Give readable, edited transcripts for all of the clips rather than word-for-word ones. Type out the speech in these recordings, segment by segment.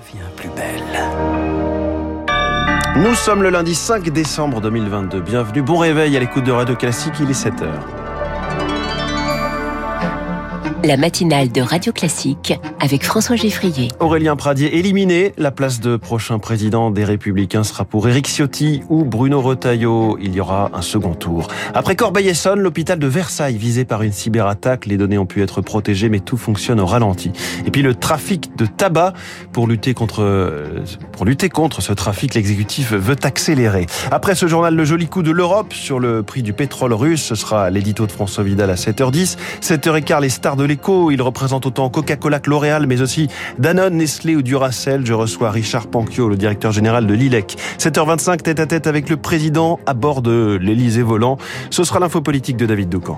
devient plus belle. Nous sommes le lundi 5 décembre 2022. Bienvenue, bon réveil à l'écoute de Radio Classique, il est 7h. La matinale de Radio Classique avec François Geffrier. Aurélien Pradier éliminé. La place de prochain président des Républicains sera pour Éric Ciotti ou Bruno Retailleau. Il y aura un second tour. Après Corbeil-Essonnes, l'hôpital de Versailles visé par une cyberattaque. Les données ont pu être protégées, mais tout fonctionne au ralenti. Et puis le trafic de tabac. Pour lutter contre ce trafic, l'exécutif veut accélérer. Après ce journal, le joli coup de l'Europe sur le prix du pétrole russe. Ce sera l'édito de François Vidal à 7h10. 7h15, les stars de l'écho. Ils représentent autant Coca-Cola que L'Oréal, mais aussi Danone, Nestlé ou Duracell. Je reçois Richard Panquio, le directeur général de l'ILEC. 7h25, tête à tête avec le président à bord de l'Élysée volant. Ce sera l'info politique de David Doucan.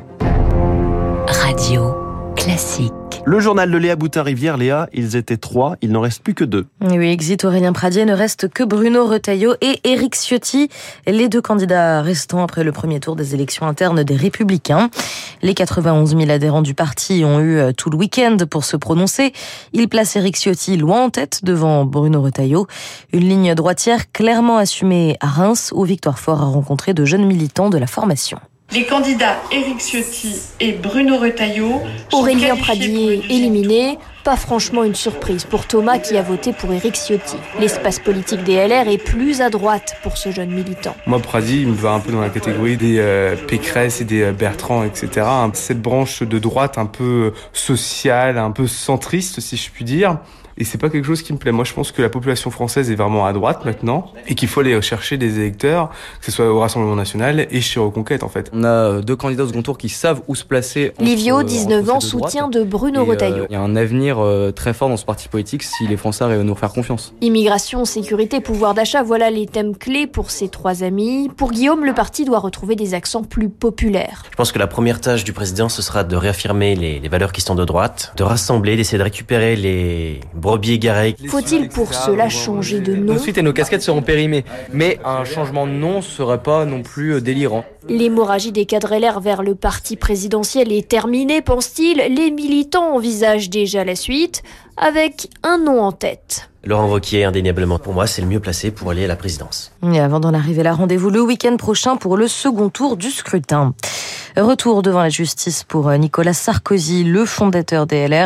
Radio Classique. Le journal de Léa Boutin-Rivière. Léa, ils étaient 3, il n'en reste plus que 2. Oui, exit Aurélien Pradier, ne reste que Bruno Retailleau et Éric Ciotti, les 2 candidats restants après le premier tour des élections internes des Républicains. Les 91 000 adhérents du parti ont eu tout le week-end pour se prononcer. Ils placent Éric Ciotti loin en tête devant Bruno Retailleau. Une ligne droitière clairement assumée à Reims, où Victoire Fort a rencontré de jeunes militants de la formation. Les candidats Éric Ciotti et Bruno Retailleau. Aurélien Pradier éliminé, pas franchement une surprise pour Thomas qui a voté pour Éric Ciotti. L'espace politique des LR est plus à droite pour ce jeune militant. Moi, Pradier, il me va un peu dans la catégorie des Pécresse et des Bertrand, etc. Cette branche de droite un peu sociale, un peu centriste, si je puis dire. Et c'est pas quelque chose qui me plaît. Moi, je pense que la population française est vraiment à droite maintenant et qu'il faut aller chercher des électeurs, que ce soit au Rassemblement National et chez Reconquête, en fait. On a 2 candidats au second tour qui savent où se placer. Livio, 19 ans, soutien de Bruno Retailleau. Il y a un avenir très fort dans ce parti politique si les Français arrivent à nous faire confiance. Immigration, sécurité, pouvoir d'achat, voilà les thèmes clés pour ces 3 amis. Pour Guillaume, le parti doit retrouver des accents plus populaires. Je pense que la première tâche du président, ce sera de réaffirmer les valeurs qui sont de droite, de rassembler, d'essayer de récupérer les brebis égarées. Faut-il pour cela changer de nom ? Nos suites et nos casquettes seront périmées, mais un changement de nom serait pas non plus délirant. L'hémorragie des cadres LR vers le parti présidentiel est terminée, pense-t-il. Les militants envisagent déjà la suite, avec un nom en tête. Laurent Wauquiez, indéniablement, pour moi, c'est le mieux placé pour aller à la présidence. Et avant d'en arriver là, rendez-vous le week-end prochain pour le second tour du scrutin. Retour devant la justice pour Nicolas Sarkozy, le fondateur des LR,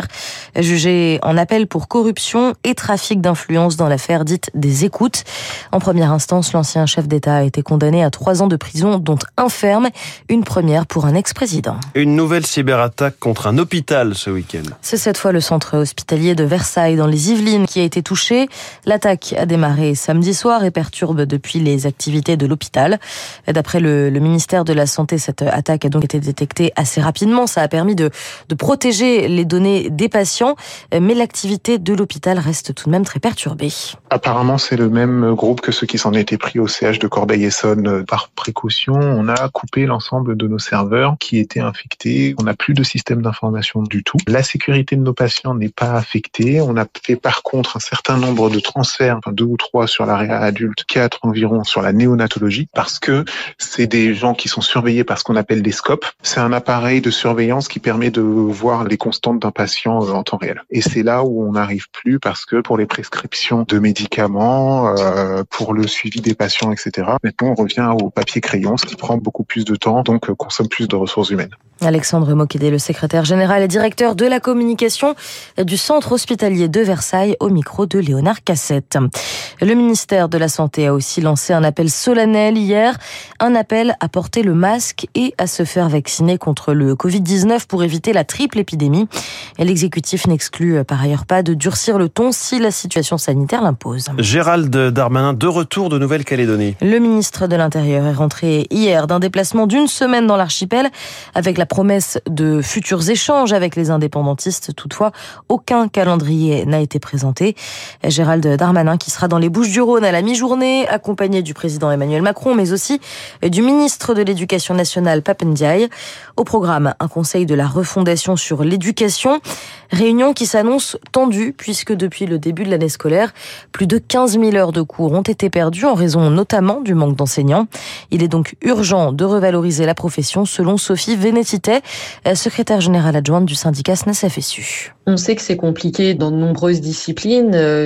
jugé en appel pour corruption et trafic d'influence dans l'affaire dite des écoutes. En première instance, l'ancien chef d'État a été condamné à 3 ans de prison, dont 1 ferme, une première pour un ex-président. Une nouvelle cyberattaque contre un hôpital ce week-end. C'est cette fois le centre hospitalier de Versailles, dans les Yvelines, qui a été touché. L'attaque a démarré samedi soir et perturbe depuis les activités de l'hôpital. D'après le ministère de la Santé, cette attaque a donc été détectée assez rapidement. Ça a permis de protéger les données des patients, mais l'activité de l'hôpital reste tout de même très perturbée. Apparemment, c'est le même groupe que ceux qui s'en étaient pris au CH de Corbeil-Essonnes. Par précaution, on a coupé l'ensemble de nos serveurs qui étaient infectés. On n'a plus de système d'information du tout. La sécurité de nos patients n'est pas affectée. On a fait par contre un certain nombre de transferts, 2 ou 3 sur la réa adulte, 4 environ sur la néonatologie, parce que c'est des gens qui sont surveillés par ce qu'on appelle des scopes. C'est un appareil de surveillance qui permet de voir les constantes d'un patient en temps réel. Et c'est là où on n'arrive plus parce que pour les prescriptions de médicaments, pour le suivi des patients, etc., maintenant on revient au papier-crayon, ce qui prend beaucoup plus de temps, donc consomme plus de ressources humaines. Alexandre Moquedé, le secrétaire général et directeur de la communication du centre hospitalier de Versailles, au micro de Léonard Cassette. Le ministère de la Santé a aussi lancé un appel solennel hier, un appel à porter le masque et à se faire vacciner contre le Covid-19 pour éviter la triple épidémie. Et l'exécutif n'exclut par ailleurs pas de durcir le ton si la situation sanitaire l'impose. Gérald Darmanin, de retour de Nouvelle-Calédonie. Le ministre de l'Intérieur est rentré hier d'un déplacement d'1 semaine dans l'archipel avec la promesse de futurs échanges avec les indépendantistes. Toutefois, aucun calendrier n'a été présenté. Gérald Darmanin qui sera dans les Bouches-du-Rhône à la mi-journée, accompagné du président Emmanuel Macron, mais aussi du ministre de l'Éducation nationale Pape Ndiaye. Au programme, un conseil de la refondation sur l'éducation. Réunion qui s'annonce tendue puisque depuis le début de l'année scolaire, plus de 15 000 heures de cours ont été perdues en raison notamment du manque d'enseignants. Il est donc urgent de revaloriser la profession selon Sophie Vénétité, secrétaire générale adjointe du syndicat SNES-FSU. On sait que c'est compliqué dans de nombreuses disciplines.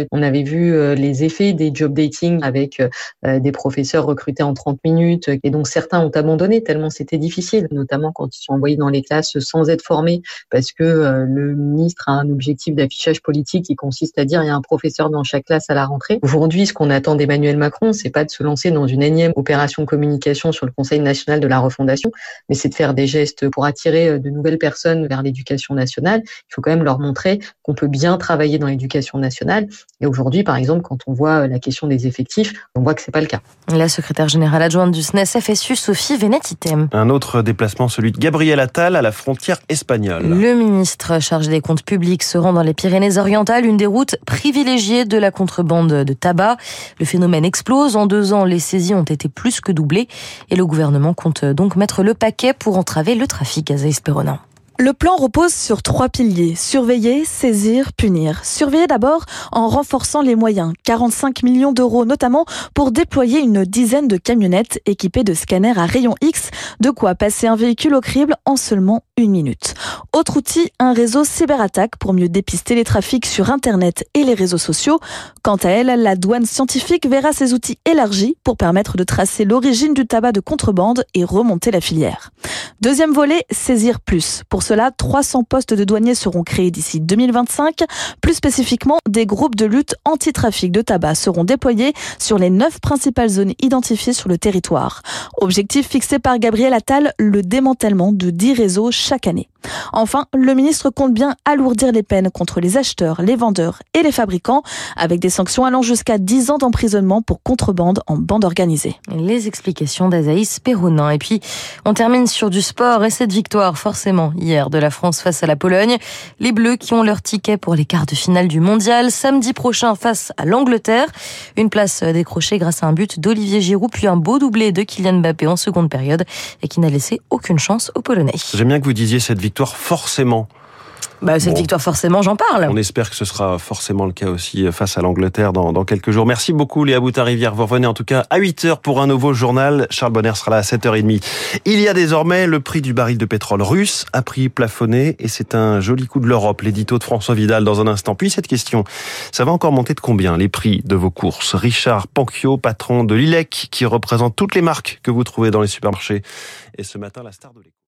on avait vu les effets des job dating avec des professeurs recrutés en 30 minutes. Et donc, certains ont abandonné tellement c'était difficile, notamment quand ils sont envoyés dans les classes sans être formés, parce que le ministre a un objectif d'affichage politique qui consiste à dire il y a un professeur dans chaque classe à la rentrée. Aujourd'hui, ce qu'on attend d'Emmanuel Macron, c'est pas de se lancer dans une énième opération communication sur le Conseil national de la refondation, mais c'est de faire des gestes pour attirer de nouvelles personnes vers l'éducation nationale. Il faut quand même leur montrer qu'on peut bien travailler dans l'éducation nationale. Et aujourd'hui, par exemple, quand on voit la question des effectifs, on voit que c'est pas le cas. La secrétaire générale adjointe du SNES FSU, Sophie Vénet-Item. Un autre déplacement, celui de Gabriel Attal à la frontière espagnole. Le ministre chargé des comptes publics se rend dans les Pyrénées-Orientales, une des routes privilégiées de la contrebande de tabac. Le phénomène explose. En 2 ans, les saisies ont été plus que doublées. Et le gouvernement compte donc mettre le paquet pour entraver le trafic. Azaïs Perronin. Le plan repose sur 3 piliers. Surveiller, saisir, punir. Surveiller d'abord en renforçant les moyens. 45 millions d'euros notamment pour déployer une dizaine de camionnettes équipées de scanners à rayon X. De quoi passer un véhicule au crible en seulement 1 minute. Autre outil, un réseau cyberattaque pour mieux dépister les trafics sur Internet et les réseaux sociaux. Quant à elle, la douane scientifique verra ses outils élargis pour permettre de tracer l'origine du tabac de contrebande et remonter la filière. Deuxième volet, saisir plus. Pour cela, 300 postes de douaniers seront créés d'ici 2025. Plus spécifiquement, des groupes de lutte anti-trafic de tabac seront déployés sur les 9 principales zones identifiées sur le territoire. Objectif fixé par Gabriel Attal, le démantèlement de 10 réseaux chaque année. Enfin, le ministre compte bien alourdir les peines contre les acheteurs, les vendeurs et les fabricants, avec des sanctions allant jusqu'à 10 ans d'emprisonnement pour contrebande en bande organisée. Les explications d'Azaïs Perronin. Et puis, on termine sur du sport et cette victoire, forcément, hier de la France face à la Pologne. Les Bleus qui ont leur ticket pour les quarts de finale du Mondial, samedi prochain face à l'Angleterre. Une place décrochée grâce à un but d'Olivier Giroud, puis un beau doublé de Kylian Mbappé en seconde période et qui n'a laissé aucune chance aux Polonais. J'aime bien que vous disiez cette victoire forcément. Cette victoire, forcément, j'en parle. On espère que ce sera forcément le cas aussi face à l'Angleterre dans quelques jours. Merci beaucoup, Léa Boutin-Rivière. Vous revenez en tout cas à 8h pour un nouveau journal. Charles Bonner sera là à 7h30. Il y a désormais le prix du baril de pétrole russe, à prix plafonné, et c'est un joli coup de l'Europe. L'édito de François Vidal dans un instant. Puis cette question, ça va encore monter de combien les prix de vos courses? Richard Panquio, patron de l'ILEC, qui représente toutes les marques que vous trouvez dans les supermarchés. Et ce matin, la star de l'écho.